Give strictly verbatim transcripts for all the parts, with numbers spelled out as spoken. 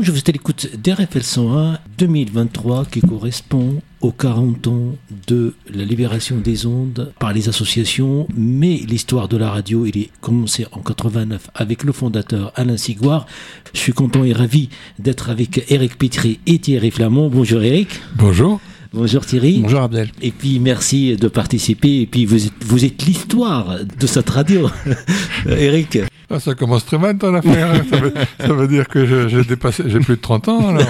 Bonjour, vous êtes à l'écoute d'R F L cent un deux mille vingt-trois qui correspond aux quarante ans de la libération des ondes par les associations, mais l'histoire de la radio, il est commencé en quatre-vingt-neuf avec le fondateur Alain Sigouard. Je suis content et ravi d'être avec Éric Pietri et Thierry Flamand. Bonjour Éric. Bonjour. Bonjour Thierry. Bonjour Abdel. Et puis merci de participer. Et puis vous êtes, vous êtes l'histoire de cette radio. Éric. Ah, ça commence très mal ton affaire. ça, veut, ça veut dire que je, j'ai dépassé, j'ai plus de trente ans alors.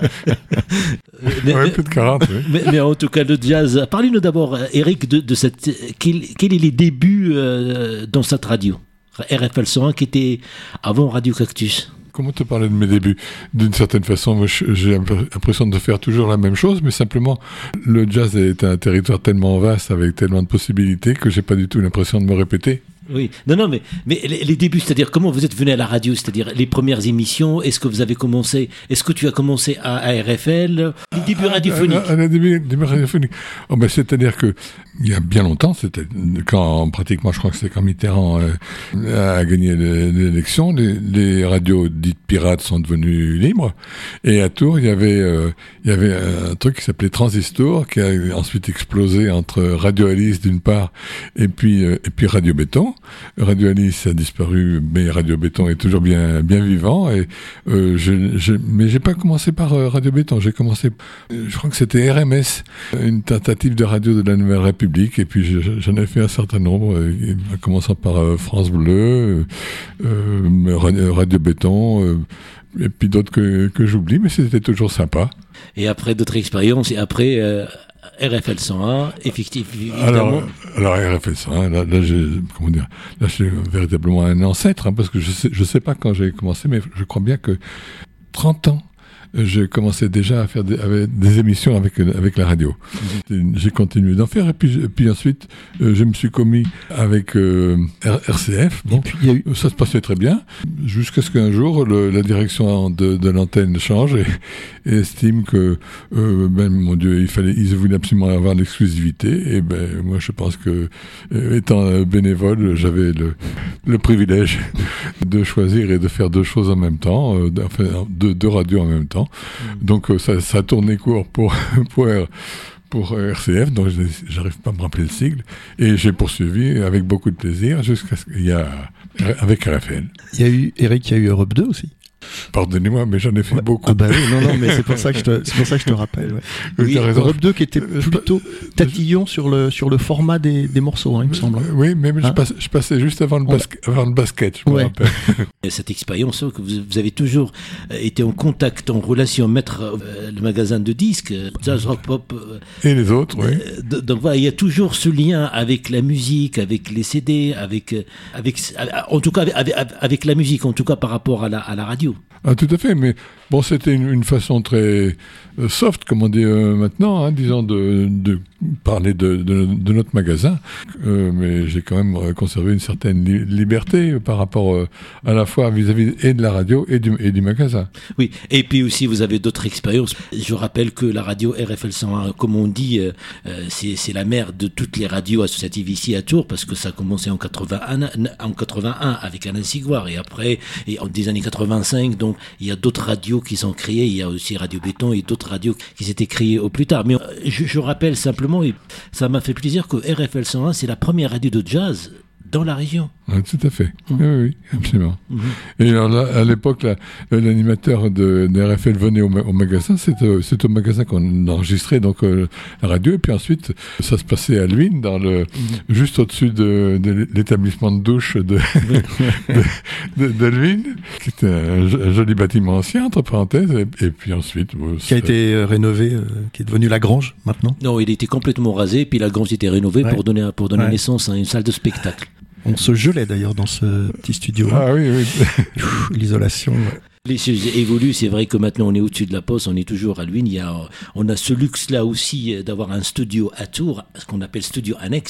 Mais, ouais, plus de quarante. Oui. Mais, mais en tout cas, le jazz. Parlez-nous d'abord, Éric, de, de cette. Quels quel est les débuts euh, dans cette radio R F L cent un qui était avant Radio Cactus? Comment te parler de mes débuts? D'une certaine façon, moi, j'ai l'impression de faire toujours la même chose, mais simplement, le jazz est un territoire tellement vaste, avec tellement de possibilités, que j'ai pas du tout l'impression de me répéter. Oui, non, non, mais, mais les, les débuts, c'est-à-dire comment vous êtes venu à la radio, c'est-à-dire les premières émissions, est-ce que vous avez commencé, est-ce que tu as commencé à, à R F L, les débuts radiophoniques? À, à, à les débuts, débuts radiophoniques. Oh, ben, c'est-à-dire que, il y a bien longtemps, c'était quand, pratiquement, je crois que c'était quand Mitterrand euh, a gagné l'élection, les, les radios dites pirates sont devenues libres, et à Tours, il y avait, euh, il y avait un truc qui s'appelait Transistor, qui a ensuite explosé entre Radio Alice d'une part, et puis, euh, et puis Radio Béton. Radio Alice a disparu, mais Radio Béton est toujours bien, bien vivant. Et euh, je, je, mais j'ai pas commencé par euh, Radio Béton. J'ai commencé, euh, je crois que c'était R M S, une tentative de radio de la Nouvelle République. Et puis je, j'en ai fait un certain nombre, euh, en commençant par euh, France Bleu, euh, Radio, Radio Béton. Euh, et puis d'autres que, que j'oublie, mais c'était toujours sympa. Et après d'autres expériences, et après euh, R F L cent un, effectivement. Alors, alors R F L cent un, là, là, j'ai, comment dire, là, je suis véritablement un ancêtre, hein, parce que je sais, je sais pas quand j'ai commencé, mais je crois bien que trente ans, je commençais déjà à faire des, avec, des émissions avec, avec la radio. Mmh. J'ai continué d'en faire, et puis, et puis ensuite, euh, je me suis commis avec euh, R C F. Bon, puis, il y a eu... ça se passait très bien, jusqu'à ce qu'un jour, le, la direction de, de l'antenne change et, et estime que, euh, ben, mon Dieu, il fallait, ils voulaient absolument avoir l'exclusivité, et ben, moi, je pense que, euh, étant bénévole, j'avais le, le privilège de choisir et de faire deux choses en même temps, euh, enfin, deux, deux radios en même temps. Donc euh, ça, ça a tourné court pour, pour, pour R C F, donc j'arrive pas à me rappeler le sigle, et j'ai poursuivi avec beaucoup de plaisir jusqu'à ce qu'il y a avec R F L. Il y a eu, Eric, il y a eu Europe deux aussi. Pardonnez-moi, mais j'en ai fait ouais. beaucoup. Ah bah oui, non, non, mais c'est pour ça que je te, c'est pour ça que je te rappelle. Ouais. Oui, Europe deux qui était plutôt tatillon sur le, sur le format des, des morceaux, hein, il me semble. Oui, mais, mais hein? je, passe, je passais juste avant le, basque, avant le basket, je me ouais. rappelle. Cette expérience, que vous, vous avez toujours été en contact, en relation, mettre euh, le magasin de disques, Jazz Rock Pop. Euh, Et les autres, oui. Euh, donc voilà, il y a toujours ce lien avec la musique, avec les C D, avec, avec, en tout cas avec, avec la musique, en tout cas par rapport à la, à la radio. Ah, tout à fait, mais bon, c'était une, une façon très euh, soft, comme on dit euh, maintenant, hein, disons, de, de parler de, de, de notre magasin, euh, mais j'ai quand même conservé une certaine li- liberté par rapport euh, à la fois vis-à-vis et de la radio et du, et du magasin. Oui, et puis aussi vous avez d'autres expériences. Je rappelle que la radio R F L cent un, comme on dit, euh, c'est, c'est la mère de toutes les radios associatives ici à Tours, parce que ça a commencé en quatre-vingt-un, en quatre-vingt-un avec Alain Sigouard, et après, et en des années quatre-vingt-cinq, donc il y a d'autres radios qui sont créées, il y a aussi Radio Béton et d'autres radios qui s'étaient créées au plus tard. Mais je, je rappelle simplement, et ça m'a fait plaisir, que R F L cent un, c'est la première radio de jazz dans la région. Ah, tout à fait. Mmh. Oui, oui, absolument. Mmh. Et alors là, à l'époque, là, l'animateur de, de R F L venait au, au magasin. C'est, euh, c'est au magasin qu'on enregistrait donc euh, la radio. Et puis ensuite, ça se passait à Luynes, dans le, mmh. juste au-dessus de, de l'établissement de douche de, de, de, de Luynes, qui était un, un joli bâtiment ancien, entre parenthèses. Et, et puis ensuite... Bon, qui a été euh, rénové, euh, qui est devenu la Grange, maintenant. Non, il a été complètement rasé. Puis la Grange était rénovée ouais. pour donner, pour donner ouais. naissance à une salle de spectacle. On se gelait d'ailleurs dans ce petit studio. Ah oui, oui. L'isolation. Ouais. Les choses évoluent, c'est vrai que maintenant on est au-dessus de la poste, on est toujours à Luynes. Il y a, on a ce luxe-là aussi d'avoir un studio à Tours, ce qu'on appelle studio annexe.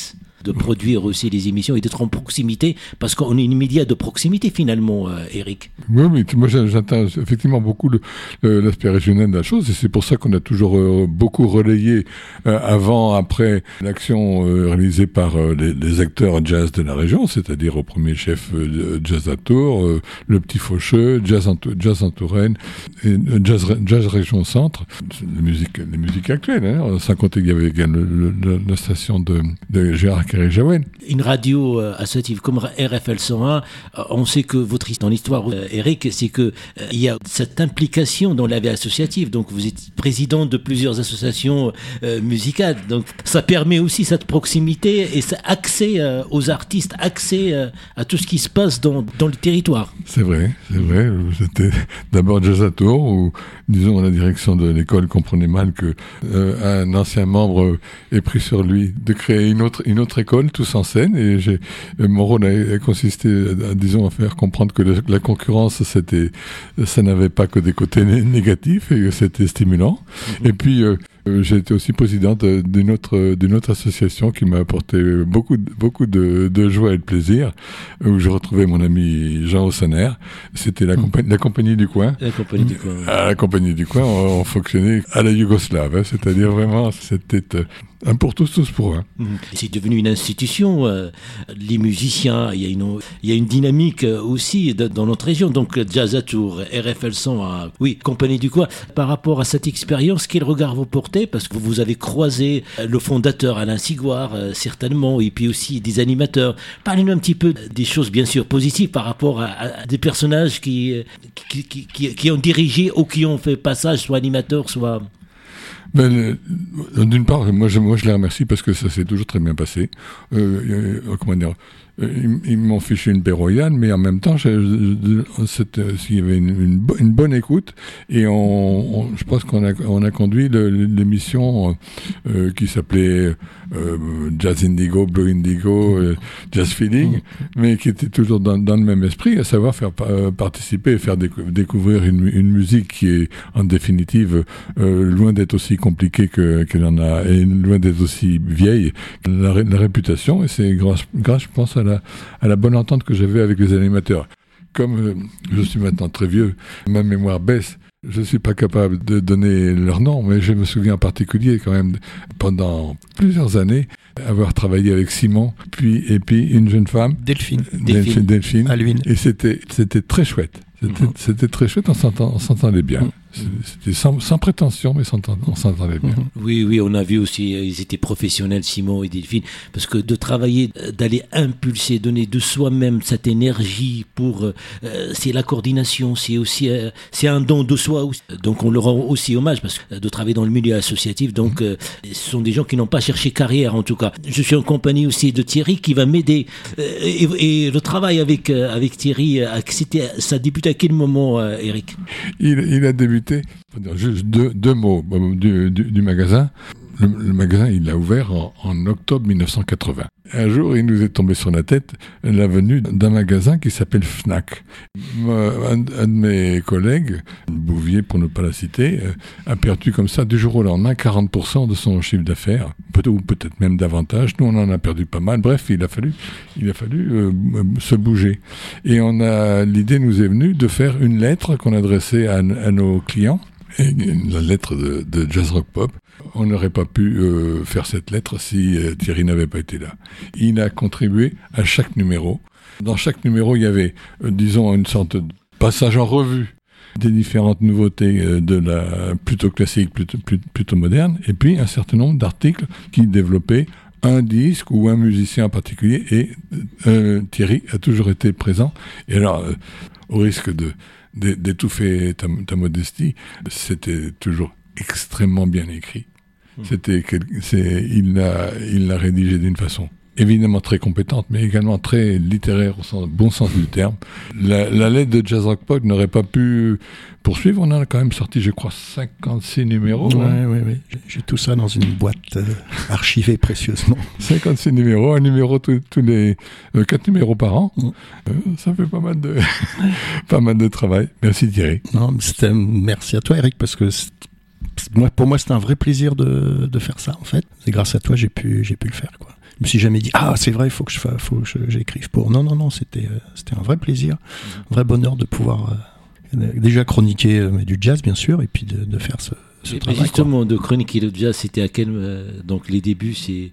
de produire aussi les émissions et d'être en proximité, parce qu'on est une média de proximité finalement, euh, Eric. Oui, mais moi j'atteins effectivement beaucoup le, le, l'aspect régional de la chose, et c'est pour ça qu'on a toujours euh, beaucoup relayé euh, avant, après l'action euh, réalisée par euh, les, les acteurs jazz de la région, c'est-à-dire au premier chef euh, Jazz à Tours, euh, le Petit Faucheux, Jazz en, jazz en Touraine, et, euh, jazz, jazz Région Centre, les musiques, les musiques actuelles, hein, sans compter qu'il y avait également le, le, la station de, de Gérard Carré-Jaouen. Une radio euh, associative comme R F L cent un, euh, on sait que votre dans l'histoire, euh, Eric, c'est que euh, il y a cette implication dans la vie associative. Donc, vous êtes président de plusieurs associations euh, musicales. Donc, ça permet aussi cette proximité et cet accès euh, aux artistes, accès euh, à tout ce qui se passe dans, dans le territoire. C'est vrai, c'est vrai. J'étais d'abord Jazz à Tours, où, disons, la direction de l'école comprenait mal que euh, un ancien membre ait pris sur lui de créer une autre, une autre école, tous en scène. Et j'ai, mon rôle a, a consisté, à, disons, à faire comprendre que la, la concurrence, c'était, ça n'avait pas que des côtés né- négatifs et c'était stimulant. Mmh. Et puis, euh, j'ai été aussi président de, d'une autre, d'une autre association qui m'a apporté beaucoup, beaucoup de, de joie et de plaisir, où je retrouvais mon ami Jean Ossaner. C'était la, mmh. compa- la compagnie du coin. La compagnie du coin. À la compagnie du coin, on, on fonctionnait à la yougoslave, hein, c'est-à-dire vraiment, c'était euh, un pour tous, tous pour un. Mmh. C'est devenu une institution. Euh, les musiciens, il y a une, il y a une dynamique aussi de, dans notre région. Donc, Jazz à Tours, R F L cent un, oui, compagnie du coin. Par rapport à cette expérience, quel regard vous portez? Parce que vous avez croisé le fondateur Alain Sigouard, euh, certainement, et puis aussi des animateurs. Parlez-nous un petit peu des choses, bien sûr, positives par rapport à, à des personnages qui, qui, qui, qui, qui ont dirigé ou qui ont fait passage, soit animateurs, soit... Ben, d'une part, moi je, moi je les remercie parce que ça s'est toujours très bien passé. Euh, euh, comment dire, ils, ils m'ont fiché une paix royale, mais en même temps, il y avait une, une, une bonne écoute, et on, on, je pense qu'on a, on a conduit le, l'émission euh, qui s'appelait euh, Jazz Indigo, Blue Indigo, euh, Jazz Feeling, mais qui était toujours dans, dans le même esprit, à savoir faire euh, participer et faire décou- découvrir une, une musique qui est en définitive euh, loin d'être aussi compliquée que, qu'elle en a, et loin d'être aussi vieille. La, la réputation, et c'est grâce, grâce je pense, à la, à la bonne entente que j'avais avec les animateurs. Comme euh, je suis maintenant très vieux, ma mémoire baisse, je ne suis pas capable de donner leur nom, mais je me souviens en particulier quand même, pendant plusieurs années, avoir travaillé avec Simon, puis, et puis une jeune femme. Delphine. Delphine. Delphine. Alvin. Et c'était, c'était très chouette. C'était, mm-hmm. c'était très chouette, on, s'entend, on s'entendait bien. Mm-hmm. C'était sans, sans prétention, mais on s'entendait bien. Mm-hmm. Oui, oui, on a vu aussi, ils étaient professionnels, Simon et Delphine, parce que de travailler, d'aller impulser, donner de soi-même cette énergie pour, euh, c'est la coordination, c'est aussi, euh, c'est un don de soi aussi. Donc on leur rend aussi hommage, parce que de travailler dans le milieu associatif, donc euh, ce sont des gens qui n'ont pas cherché carrière, en tout cas. Je suis en compagnie aussi de Thierry qui va m'aider, euh, et, et le travail avec, euh, avec Thierry, euh, c'était, ça a débuté à quel moment, euh, Eric? il, il a débuté juste deux, deux mots du, du, du magasin. Le, le magasin, il l'a ouvert en, en octobre mille neuf cent quatre-vingts. Un jour, il nous est tombé sur la tête la venue d'un magasin qui s'appelle Fnac. Un, un de mes collègues, Bouvier pour ne pas la citer, a perdu comme ça du jour au lendemain quarante pour cent de son chiffre d'affaires, peut-être, ou peut-être même davantage. Nous, on en a perdu pas mal. Bref, il a fallu, il a fallu euh, se bouger. Et on a, l'idée nous est venue de faire une lettre qu'on adressait à, à nos clients. Et la lettre de, de Jazz Rock Pop. On n'aurait pas pu euh, faire cette lettre si euh, Thierry n'avait pas été là. Il a contribué à chaque numéro. Dans chaque numéro, il y avait, euh, disons, une sorte de passage en revue des différentes nouveautés euh, de la plutôt classique, plutôt, plutôt, plutôt moderne, et puis un certain nombre d'articles qui développaient un disque ou un musicien en particulier. Et euh, Thierry a toujours été présent. Et alors, euh, au risque de d'étouffer ta, ta modestie, c'était toujours extrêmement bien écrit. Mmh. C'était, c'est, il l'a, il l'a rédigé d'une façon évidemment très compétente, mais également très littéraire au sens, bon sens du terme. La, la lettre de Jazz Rock Pop n'aurait pas pu poursuivre. On a quand même sorti, je crois, cinquante-six numéros. Oui, hein. oui, oui. J'ai tout ça dans une boîte euh, archivée précieusement. cinquante-six numéros, un numéro tous les euh, quatre numéros par an. Mmh. Euh, ça fait pas mal de pas mal de travail. Merci Thierry. Non, c'était, merci à toi Eric, parce que c'est, moi, pour moi, c'était un vrai plaisir de, de faire ça en fait. C'est grâce à toi j'ai pu j'ai pu le faire quoi. me suis jamais dit ah c'est vrai, il faut que je fasse, faut que je, j'écrive pour. Non non non, c'était euh, c'était un vrai plaisir, un vrai bonheur de pouvoir euh, déjà chroniquer euh, du jazz bien sûr, et puis de, de faire ce, ce mais travail. Justement, quoi. De chroniquer le jazz, c'était à quel euh, donc les débuts, c'est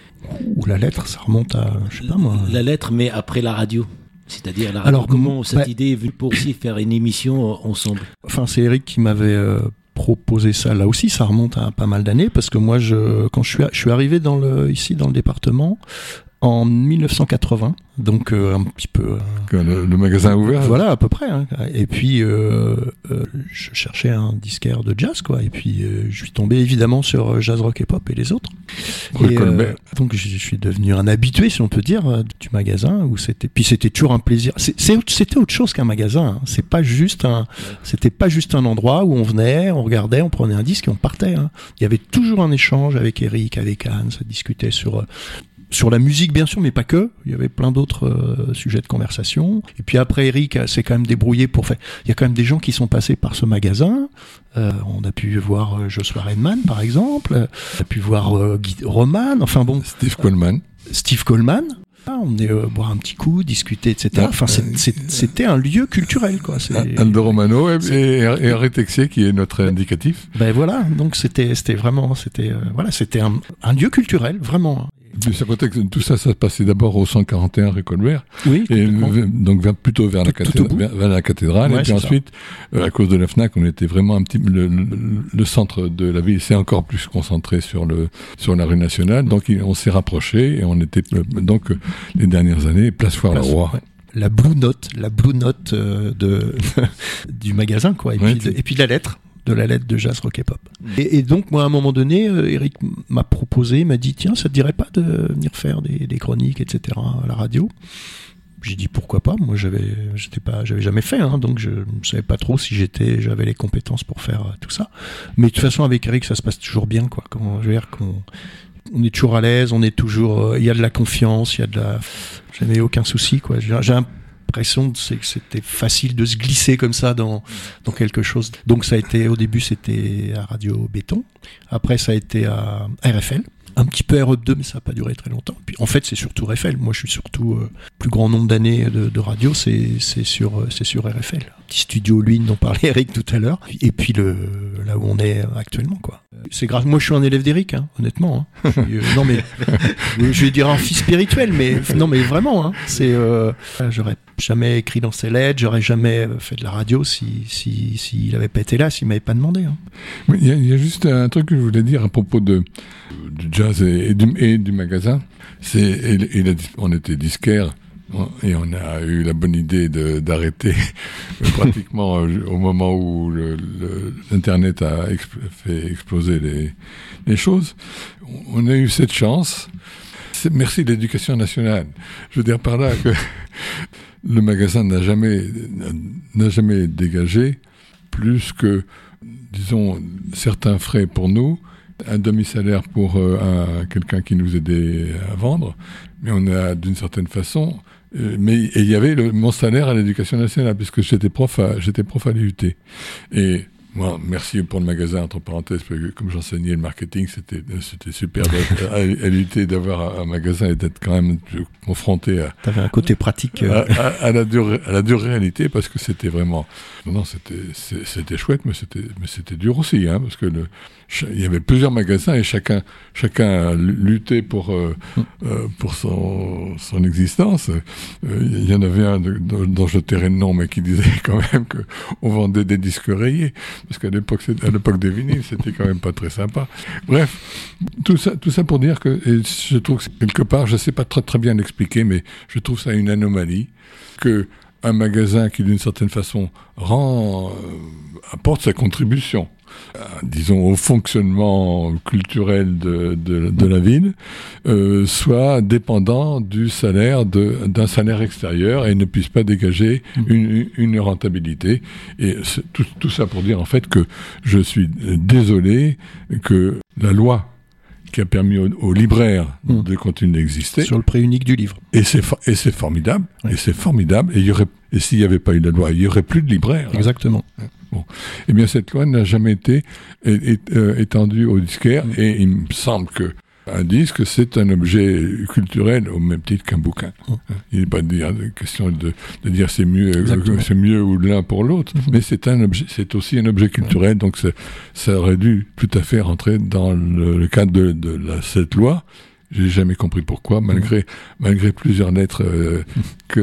ou la lettre, ça remonte à je sais pas moi. La lettre, mais après la radio. C'est-à-dire la radio. Alors comment cette bah, idée est venue pour aussi faire une émission ensemble? Enfin, c'est Eric qui m'avait euh, proposé ça. Là aussi, ça remonte à pas mal d'années parce que moi, je, quand je suis, je suis arrivé dans le, ici dans le département en dix-neuf cent quatre-vingts, donc euh, un petit peu. Euh, le, le magasin a ouvert. Voilà, à peu près. Hein. Et puis, euh, euh, je cherchais un disquaire de jazz, quoi. Et puis, euh, je suis tombé évidemment sur Jazz Rock et Pop et les autres. Et, euh, donc, je, je suis devenu un habitué, si on peut dire, du magasin où c'était. Puis, c'était toujours un plaisir. C'est, c'est, c'était autre chose qu'un magasin. Hein. C'est pas juste un. C'était pas juste un endroit où on venait, on regardait, on prenait un disque et on partait. Hein. Il y avait toujours un échange avec Eric, avec Anne. Ça discutait sur. Euh, Sur la musique, bien sûr, mais pas que. Il y avait plein d'autres euh, sujets de conversation. Et puis après, Eric s'est quand même débrouillé pour faire... Il y a quand même des gens qui sont passés par ce magasin. Euh, on a pu voir euh, Joshua Redman, par exemple. On a pu voir euh, Guy Roman. Enfin bon... Steve Coleman. Steve Coleman. Ah, on est euh, boire un petit coup, discuter, et cetera. Enfin, c'est, c'est, c'était un lieu culturel, quoi. C'est... Aldo Romano et, et, et Henri Texier, qui est notre indicatif. Ben voilà. Donc c'était, c'était vraiment... C'était, euh, voilà, c'était un, un lieu culturel, vraiment. De ce contexte, tout ça, ça se passait d'abord au cent quarante et un rue Colbert. Oui. Et donc vers, plutôt vers, tout, la cathédrale, vers, vers la cathédrale. Ouais, et puis ensuite, euh, à cause de la FNAC, on était vraiment un petit, le, le, le centre de la ville s'est encore plus concentré sur le, sur la rue nationale. Donc on s'est rapprochés et on était, donc, les dernières années, place Foire-le-Roi. Ouais. La Blue Note, la Blue Note euh, de, du magasin, quoi. Et, ouais, puis de, et puis de la lettre. de la lettre de Jazz Rock et Pop. Et, et donc, moi, à un moment donné, euh, Eric m'a proposé, m'a dit, tiens, ça te dirait pas de venir faire des, des chroniques, et cetera à la radio? J'ai dit, pourquoi pas? Moi, j'avais, j'étais pas, j'avais jamais fait, hein, donc je ne savais pas trop si j'étais, j'avais les compétences pour faire euh, tout ça. Mais de toute façon, avec Eric, ça se passe toujours bien, quoi. Quand, je veux dire qu'on, on est toujours à l'aise, on est toujours, il euh, y a de la confiance, il y a de la, j'avais aucun souci, quoi. J'ai, j'ai un l'impression que c'était facile de se glisser comme ça dans, dans quelque chose. Donc ça a été, au début c'était à Radio Béton, après ça a été à R F L, un petit peu R E deux, mais ça n'a pas duré très longtemps. Puis, en fait c'est surtout R F L, moi je suis surtout, euh, plus grand nombre d'années de, de radio, c'est, c'est, sur, c'est sur R F L. Petit studio Luynes dont parlait Eric tout à l'heure, et puis le, là où on est actuellement, quoi. C'est grave. Moi, je suis un élève d'Eric, hein, honnêtement. Hein. Je suis, euh, non, mais je vais dire un fils spirituel, mais non, mais vraiment. Hein, c'est, euh, j'aurais jamais écrit dans ses lettres, j'aurais jamais fait de la radio si si s'il avait pas été là, s'il m'avait pas demandé. Hein. Il y, a, il y a juste un truc que je voulais dire à propos de du jazz et, et, du, et du magasin. C'est et, et la, on était disquaire. Et on a eu la bonne idée de, d'arrêter pratiquement au moment où le, le, l'Internet a exp- fait exploser les, les choses. On a eu cette chance. C'est, merci de l'Éducation nationale. Je veux dire par là que le magasin n'a jamais, n'a jamais dégagé plus que, disons, certains frais pour nous, un demi-salaire pour euh, un, quelqu'un qui nous aidait à vendre, mais on a d'une certaine façon... Mais il y avait le, mon salaire à l'Éducation nationale, puisque j'étais prof à, j'étais prof à l'U T. Et moi, merci pour le magasin, entre parenthèses, parce que comme j'enseignais le marketing, c'était, c'était super à, à l'U T d'avoir un magasin et d'être quand même confronté à... T'avais un côté pratique. À, à, à, la dure, à la dure réalité, parce que c'était vraiment... Non, non, c'était, c'était chouette, mais c'était, mais c'était dur aussi, hein, parce que le... Il y avait plusieurs magasins et chacun, chacun luttait pour, euh, euh, pour son, son existence. Euh, il y en avait un de, de, dont je tairai le nom, mais qui disait quand même qu'on vendait des disques rayés. Parce qu'à l'époque, à l'époque des vinyles, c'était quand même pas très sympa. Bref, tout ça, tout ça pour dire que, et je trouve que quelque part, je sais pas très, très bien l'expliquer, mais je trouve ça une anomalie que un magasin qui, d'une certaine façon, rend, euh, apporte sa contribution, euh, disons, au fonctionnement culturel de, de, de la ville, euh, soit dépendant du salaire de, d'un salaire extérieur et ne puisse pas dégager une, une rentabilité. Et tout, tout ça pour dire, en fait, que je suis désolé que la loi qui a permis aux, aux libraires mmh. de continuer d'exister. Sur le prix unique du livre. Et c'est, for- et c'est formidable. Oui. Et c'est formidable. Et, il y aurait, et s'il n'y avait pas eu la loi, il n'y aurait plus de libraires. Exactement. Hein. Bon. Eh bien, cette loi n'a jamais été é- é- euh, étendue aux disquaires. Mmh. Et il me semble que Un disque, c'est un objet culturel au même titre qu'un bouquin. Mmh. Il n'est pas de question de, de dire c'est mieux, c'est mieux ou l'un pour l'autre, mmh. mais c'est un objet, c'est aussi un objet culturel. Mmh. Donc ça aurait dû tout à fait rentrer dans le, le cadre de, de la, cette loi. J'ai jamais compris pourquoi, malgré, mmh. malgré plusieurs lettres euh, mmh.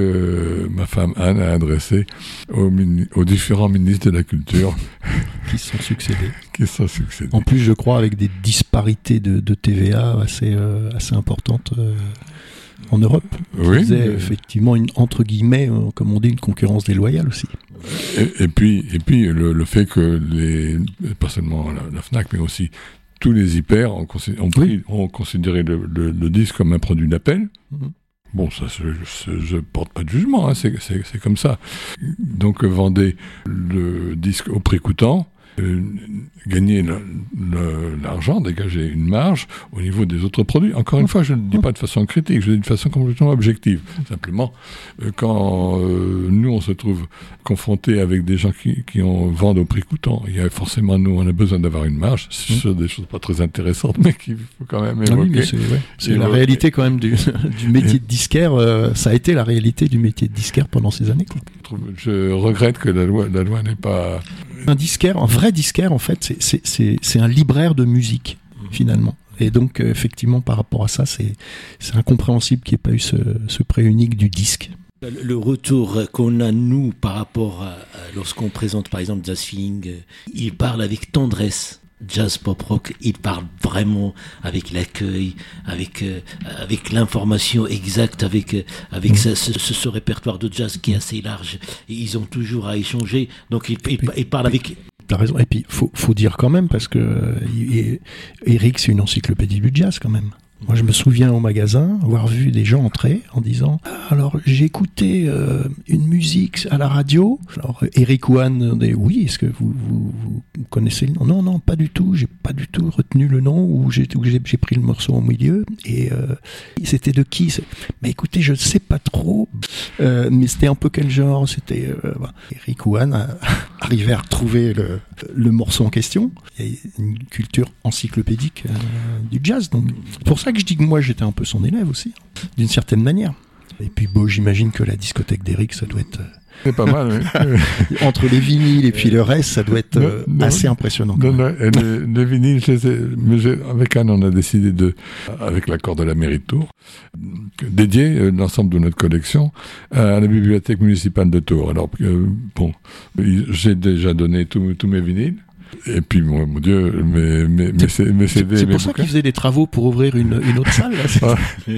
que ma femme Anne a adressées aux, mini- aux différents ministres de la Culture. Qui se sont succédés. Qui sont succédés. En plus, je crois, avec des disparités de, de T V A assez, euh, assez importantes euh, en Europe. Oui. Qui faisait effectivement, une, entre guillemets, euh, comme on dit, une concurrence déloyale aussi. Et, et puis, et puis le, le fait que les, pas seulement la, la Fnac, mais aussi tous les hyper ont, ont, pris, oui. ont considéré le, le, le disque comme un produit d'appel. Mmh. Bon, ça, je ne porte pas de jugement, hein, c'est, c'est, c'est comme ça. Donc, vendez le disque au prix coûtant, euh, gagner le, le, l'argent, dégager une marge au niveau des autres produits. Encore une fois, je ne le dis pas de façon critique, je le dis de façon complètement objective. Simplement, euh, quand euh, nous, on se trouve confrontés avec des gens qui, qui ont, vendent au prix coûtant, il y a forcément, nous, on a besoin d'avoir une marge. C'est sur des choses pas très intéressantes, mais qu'il faut quand même évoquer. Ah oui, mais c'est ouais. c'est la réalité quand même du, du métier de disquaire. Euh, ça a été la réalité du métier de disquaire pendant ces années, quoi. Je regrette que la loi, la loi n'est pas... Un disquaire, un vrai disquaire, en fait, c'est, c'est, c'est, c'est un libraire de musique, finalement. Et donc, euh, effectivement, par rapport à ça, c'est, c'est incompréhensible qu'il n'y ait pas eu ce, ce prêt unique du disque. Le retour qu'on a, nous, par rapport à, à lorsqu'on présente, par exemple, Jazz Feeling, il parle avec tendresse. Jazz pop rock, il parle vraiment avec l'accueil, avec euh, avec l'information exacte, avec euh, avec mmh. ce, ce, ce répertoire de jazz qui est assez large. Et ils ont toujours à échanger, donc il, il, il parle avec. T'as raison. Et puis faut faut dire quand même parce que euh, Eric c'est une encyclopédie du jazz quand même. Moi, je me souviens au magasin avoir vu des gens entrer en disant « Alors, j'ai écouté euh, une musique à la radio. » Alors, Eric ou Anne dit « Oui, est-ce que vous, vous, vous connaissez le nom ?»« Non, non, pas du tout. J'ai pas du tout retenu le nom ou j'ai, ou j'ai, j'ai pris le morceau au milieu. » Et euh, c'était de qui ? « Mais écoutez, je ne sais pas trop. Euh, mais c'était un peu quel genre ? » C'était euh, voilà. Eric ou Anne arrivaient à retrouver le, le morceau en question. Il y a une culture encyclopédique euh, du jazz. Donc, pour ça que je dis que moi j'étais un peu son élève aussi, d'une certaine manière. Et puis bon, j'imagine que la discothèque d'Eric, ça doit être... C'est pas mal, oui. Entre les vinyles et puis le reste, ça doit être euh, non, assez non, impressionnant. Non, non, les, les vinyles, je les ai, mais j'ai, avec Anne, on a décidé de, avec l'accord de la mairie de Tours, dédier euh, l'ensemble de notre collection à la bibliothèque municipale de Tours. Alors, euh, bon, j'ai déjà donné tous, tous mes vinyles. Et puis, mon, mon Dieu, mes, mes, mes, c'est, mes C D, c'est pour mes ça qu'ils faisaient des travaux pour ouvrir une, une autre salle, là. Ah,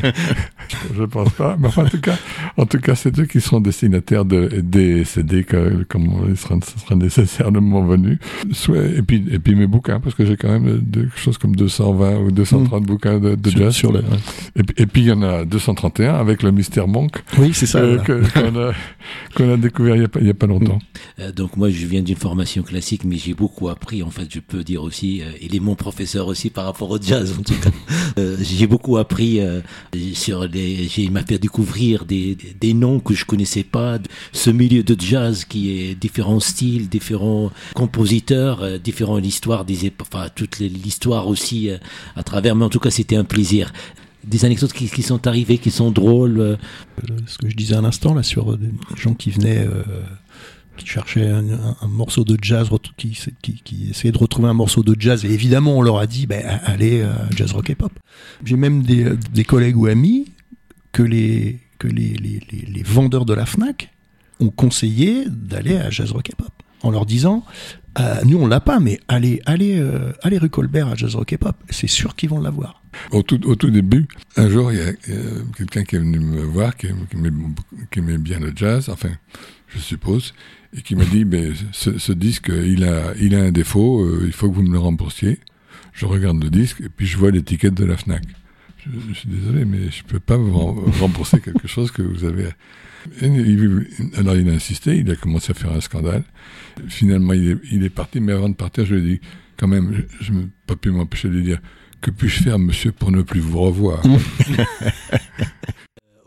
je, je pense pas. Mais enfin, en tout cas, en tout cas, c'est eux qui seront destinataires de, des C D, que, comme il sera, ce sera nécessaire le moment venu. Soit, et puis, et puis mes bouquins, parce que j'ai quand même de, quelque chose comme deux cent vingt ou deux cent trente mmh. bouquins de, de sur, jazz. Sur le, ouais. et, et puis, il y en a deux cent trente et un avec le Mystère Monk. Oui, c'est ça. Euh, que, qu'on, a, qu'on a découvert il y a pas, il y a pas longtemps. Mmh. Euh, donc, moi, je viens d'une formation classique, mais j'ai beaucoup appris, en fait. Je peux dire aussi, euh, il est mon professeur aussi par rapport au jazz, en tout cas. Euh, j'ai beaucoup appris euh, sur les, j'ai, il m'a fait découvrir des, des, des noms que je connaissais pas, ce milieu de jazz qui est différents styles, différents compositeurs, euh, différents l'histoire des époques, enfin toute l'histoire aussi euh, à travers, mais en tout cas c'était un plaisir. Des anecdotes qui, qui sont arrivées, qui sont drôles. Euh. Ce que je disais à l'instant là sur des gens qui venaient. Euh qui cherchaient un, un, un morceau de jazz, qui, qui, qui essayaient de retrouver un morceau de jazz, et évidemment on leur a dit, ben, allez à jazz rock et pop. J'ai même des, des collègues ou amis que les, que les, les, les, les vendeurs de la Fnac ont conseillé d'aller à jazz rock et pop, en leur disant, euh, nous on l'a pas, mais allez, allez, euh, allez rue Colbert à jazz rock et pop, c'est sûr qu'ils vont l'avoir. Au tout, au tout début, un jour, il y a euh, quelqu'un qui est venu me voir, qui, qui, aimait, qui aimait bien le jazz, enfin, je suppose, et qui m'a dit, mais ce, ce disque, il a, il a un défaut, euh, il faut que vous me le remboursiez. Je regarde le disque, et puis je vois l'étiquette de la Fnac. Je, je suis désolé, mais je peux pas vous rembourser quelque chose que vous avez... Et il, alors il a insisté, il a commencé à faire un scandale. Finalement, il est, il est parti, mais avant de partir, je lui ai dit, quand même, je n'ai pas pu m'empêcher de lui dire, que puis-je faire, monsieur, pour ne plus vous revoir?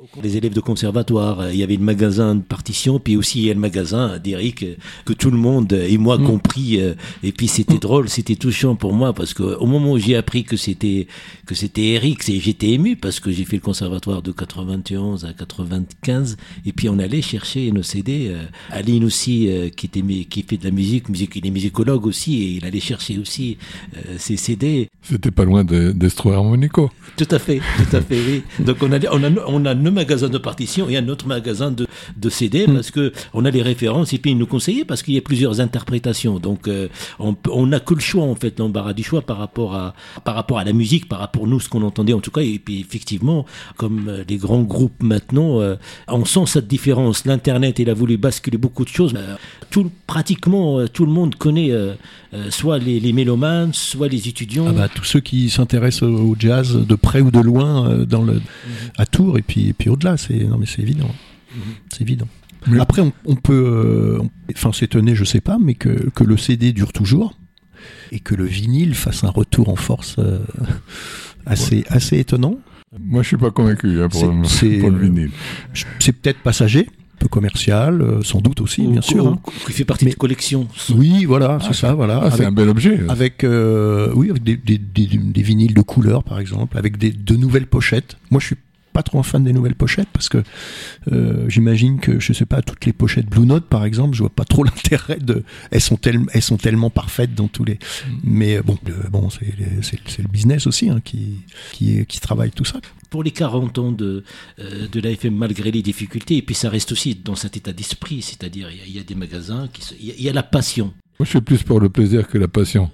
Les élèves de conservatoire, il y avait le magasin de partition, puis aussi il y a le magasin d'Eric, que tout le monde, et moi mmh. compris, et puis c'était drôle, c'était touchant pour moi, parce qu'au moment où j'ai appris que c'était, que c'était Eric, j'étais ému, parce que j'ai fait le conservatoire de quatre-vingt-onze à quatre-vingt-quinze, et puis on allait chercher nos C D. Aline aussi, qui, était, qui fait de la musique, musique, il est musicologue aussi, et il allait chercher aussi euh, ses C D. C'était pas loin de, d'Estro Harmonico. Tout à fait, tout à fait, oui. Donc on a, on a, on a nos magasins de partition et un autre magasin de, de C D, parce que on a les références, et puis ils nous conseillaient, parce qu'il y a plusieurs interprétations. Donc euh, on, on a que le choix, en fait, l'embarras du choix par rapport à, par rapport à la musique, par rapport à nous, ce qu'on entendait en tout cas. Et puis effectivement, comme euh, les grands groupes maintenant, euh, on sent cette différence. L'internet, il a voulu basculer beaucoup de choses. Euh, tout, pratiquement euh, tout le monde connaît euh, euh, soit les, les mélomanes, soit les étudiants. Ah bah, tous ceux qui s'intéressent au jazz de près ou de loin, euh, dans le, mmh. à Tours et puis, et puis au-delà, c'est, non mais c'est évident. Mmh. C'est évident. Oui. Après, on, on peut, euh, on, enfin s'étonner, je sais pas, mais que, que le C D dure toujours et que le vinyle fasse un retour en force euh, assez, ouais. assez étonnant. Moi, je suis pas convaincu hein, pour, c'est, le, c'est, pour le vinyle. C'est peut-être passager. Peu commercial, euh, sans doute aussi, ou, bien sûr. Ou, hein. Qui fait partie mais, de collection. Oui, voilà, ah, c'est ça, voilà. Ah, avec, c'est un bel objet. Avec, euh, oui, avec des, des, des, des vinyles de couleur, par exemple, avec des, de nouvelles pochettes. Moi, je suis pas trop un fan des nouvelles pochettes parce que euh, j'imagine que, je sais pas, toutes les pochettes Blue Note, par exemple, je vois pas trop l'intérêt de. Elles sont tellement, elles sont tellement parfaites dans tous les. Mm. Mais bon, le, bon, c'est, c'est, c'est le business aussi hein, qui, qui, qui travaille tout ça. Pour les quarante ans de, euh, de l'A F M, malgré les difficultés, et puis ça reste aussi dans cet état d'esprit, c'est-à-dire il y, y a des magasins, qui se, il, y a, il y a la passion. Moi, je suis plus pour le plaisir que la passion.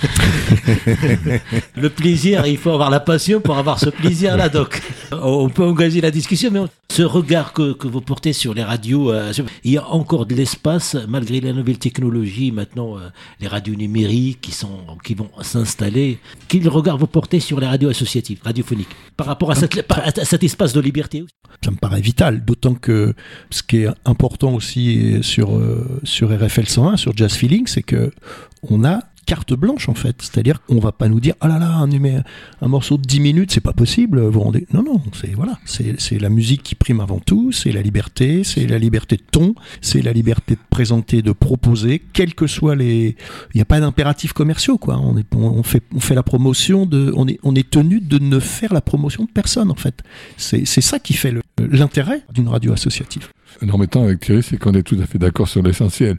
Le plaisir, il faut avoir la passion pour avoir ce plaisir-là. Donc, on peut engager la discussion, mais on... ce regard que, que vous portez sur les radios, euh, il y a encore de l'espace, malgré la nouvelle technologie, maintenant, euh, les radios numériques qui, sont, qui vont s'installer. Quel regard vous portez sur les radios associatives, radiophoniques, par rapport à, cette, à cet espace de liberté? Ça me paraît vital, d'autant que ce qui est important aussi sur, euh, sur R F L cent un, sur Jazz Feeling, c'est que on a carte blanche en fait, c'est-à-dire qu'on va pas nous dire ah là là un, un morceau de dix minutes c'est pas possible, vous rendez non non c'est voilà c'est c'est la musique qui prime avant tout, c'est la liberté, c'est la liberté de ton, c'est la liberté de présenter, de proposer, quels que soient les, il y a pas d'impératifs commerciaux quoi, on est on fait on fait la promotion de on est on est tenu de ne faire la promotion de personne en fait, c'est c'est ça qui fait le, l'intérêt d'une radio associative. En mettant avec Thierry, c'est qu'on est tout à fait d'accord sur l'essentiel.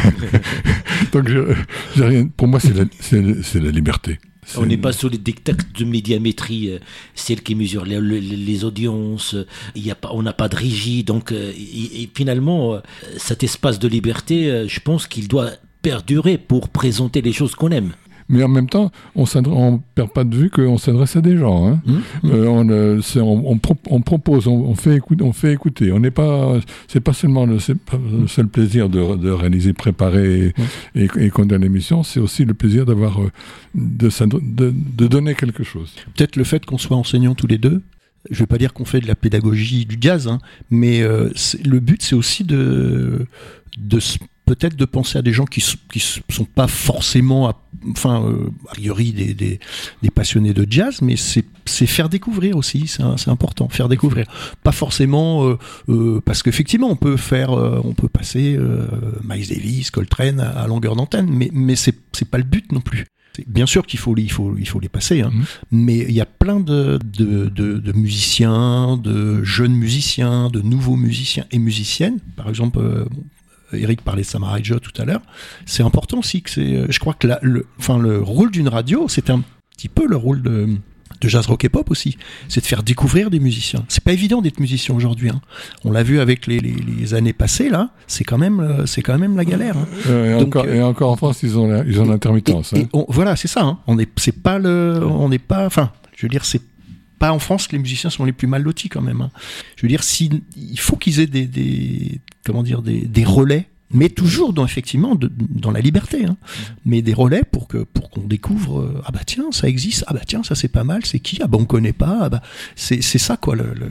Donc, je, j'ai rien. Pour moi, c'est la, c'est, c'est la liberté. C'est on n'est pas sur les dictats de médiamétrie, euh, celle qui mesure les, les, les audiences. Il y a pas, on n'a pas de régie. Donc, euh, et, et finalement, euh, cet espace de liberté, euh, je pense qu'il doit perdurer pour présenter les choses qu'on aime. Mais en même temps, on ne perd pas de vue qu'on s'adresse à des gens. Hein. Mmh, mmh. Euh, on, euh, c'est, on, on, pro, on propose, on, on, fait écouter, on fait écouter. On n'est pas, c'est pas seulement le, c'est pas le seul plaisir de, de réaliser, préparer mmh. et, et qu'on donne l'émission, c'est aussi le plaisir d'avoir, de, de, de donner quelque chose. Peut-être le fait qu'on soit enseignants tous les deux. Je ne vais pas dire qu'on fait de la pédagogie du jazz, hein, mais euh, le but c'est aussi de, de peut-être de penser à des gens qui qui sont pas forcément, à, enfin, euh, a priori des, des des passionnés de jazz, mais c'est c'est faire découvrir aussi, c'est c'est important, faire découvrir. Pas forcément euh, euh, parce qu'effectivement on peut faire, euh, on peut passer euh, Miles Davis, Coltrane à, à longueur d'antenne, mais mais c'est c'est pas le but non plus. Bien sûr qu'il faut, il faut, il faut les passer, hein. Mmh. Mais il y a plein de, de, de, de musiciens, de jeunes musiciens, de nouveaux musiciens et musiciennes. Par exemple, euh, Eric parlait de Samara Joe tout à l'heure. C'est important aussi que c'est, je crois que la, le, enfin, le rôle d'une radio, c'est un petit peu le rôle de, de jazz rock et pop aussi, c'est de faire découvrir des musiciens. C'est pas évident d'être musicien aujourd'hui, hein. On l'a vu avec les, les, les années passées là, c'est quand même c'est quand même la galère, hein. euh, et, Donc, encore, euh, et encore en France ils ont la, ils ont et, l'intermittence. Et, hein. et on, voilà, c'est ça, hein. On est c'est pas le on n'est pas enfin, je veux dire c'est pas en France que les musiciens sont les plus mal lotis quand même, hein. Je veux dire si il faut qu'ils aient des, des comment dire des, des relais, mais toujours dans effectivement de, dans la liberté, hein. Mais des relais pour que pour qu'on découvre euh, ah bah tiens ça existe, ah bah tiens ça c'est pas mal, c'est qui, ah bah on connaît pas, ah bah c'est c'est ça quoi le, le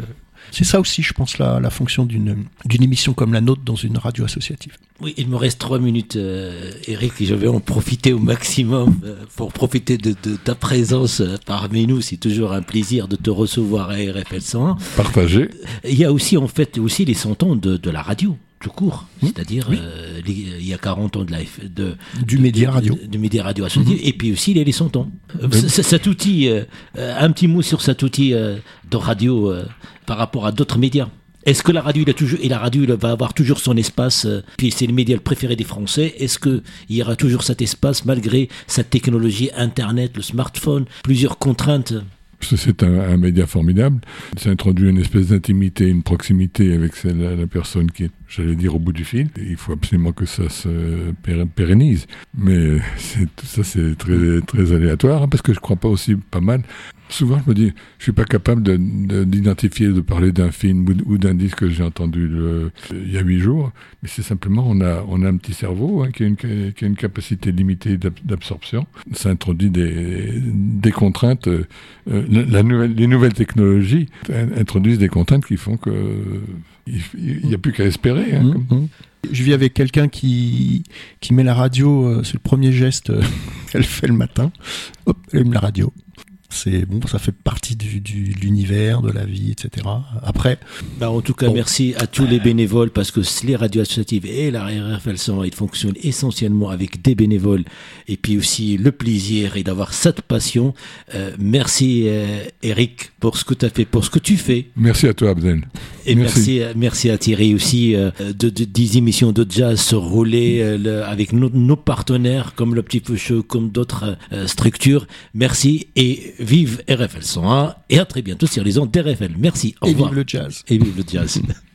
C'est ça aussi, je pense, la, la fonction d'une, d'une émission comme la nôtre dans une radio associative. Oui, il me reste trois minutes, euh, Eric, et je vais en profiter au maximum euh, pour profiter de, de ta présence euh, parmi nous. C'est toujours un plaisir de te recevoir à R F L cent un. Partagé. Il y a aussi, en fait, aussi les cent ans de, de la radio. Tout court, mmh. c'est-à-dire oui. euh, les, il y a quarante ans de la de du média radio, de, de média radio associatif, mmh. et puis aussi les, les cent ans. Euh, mmh. Cet outil, euh, un petit mot sur cet outil euh, de radio euh, par rapport à d'autres médias. Est-ce que la radio, il a toujours, et la radio, il va avoir toujours son espace, euh, puis c'est le média préféré des Français. Est-ce que il y aura toujours cet espace malgré cette technologie, Internet, le smartphone, plusieurs contraintes? C'est un, un média formidable. Ça introduit une espèce d'intimité, une proximité avec celle, la, la personne qui est, j'allais dire, au bout du fil. Et il faut absolument que ça se pérennise. Mais c'est, ça, c'est très, très aléatoire, hein, parce que je crois pas aussi pas mal. Souvent, je me dis, je suis pas capable de, de, d'identifier, de parler d'un film ou, ou d'un disque que j'ai entendu le, il y a huit jours. Mais c'est simplement, on a, on a un petit cerveau hein, qui, a une, qui a une capacité limitée d'absorption. Ça introduit des, des contraintes. Euh, la nouvelle, les nouvelles technologies introduisent des contraintes qui font que il n'y a plus qu'à espérer. Hein, mmh, comme... mmh. Je vis avec quelqu'un qui, qui met la radio, euh, c'est le premier geste euh, qu'elle fait le matin. Hop, elle aime la radio. C'est bon, ça fait partie du, du, de l'univers, de la vie, et cetera. Après, bah en tout cas, bon. Merci à tous les bénévoles parce que les radios associatives et la R F L cent un, ils fonctionnent essentiellement avec des bénévoles et puis aussi le plaisir et d'avoir cette passion. Euh, merci euh, Eric pour ce que tu as fait, pour ce que tu fais. Merci à toi Abdel. Et merci, merci, merci à Thierry aussi euh, de, de des émissions de jazz se rouler euh, le, avec nos, nos partenaires comme le Petit Feu Chaud, comme d'autres euh, structures. Merci et vive R F L cent un et à très bientôt sur les ondes d'R F L. Merci. Au et revoir. Vive le jazz. Et vive le jazz.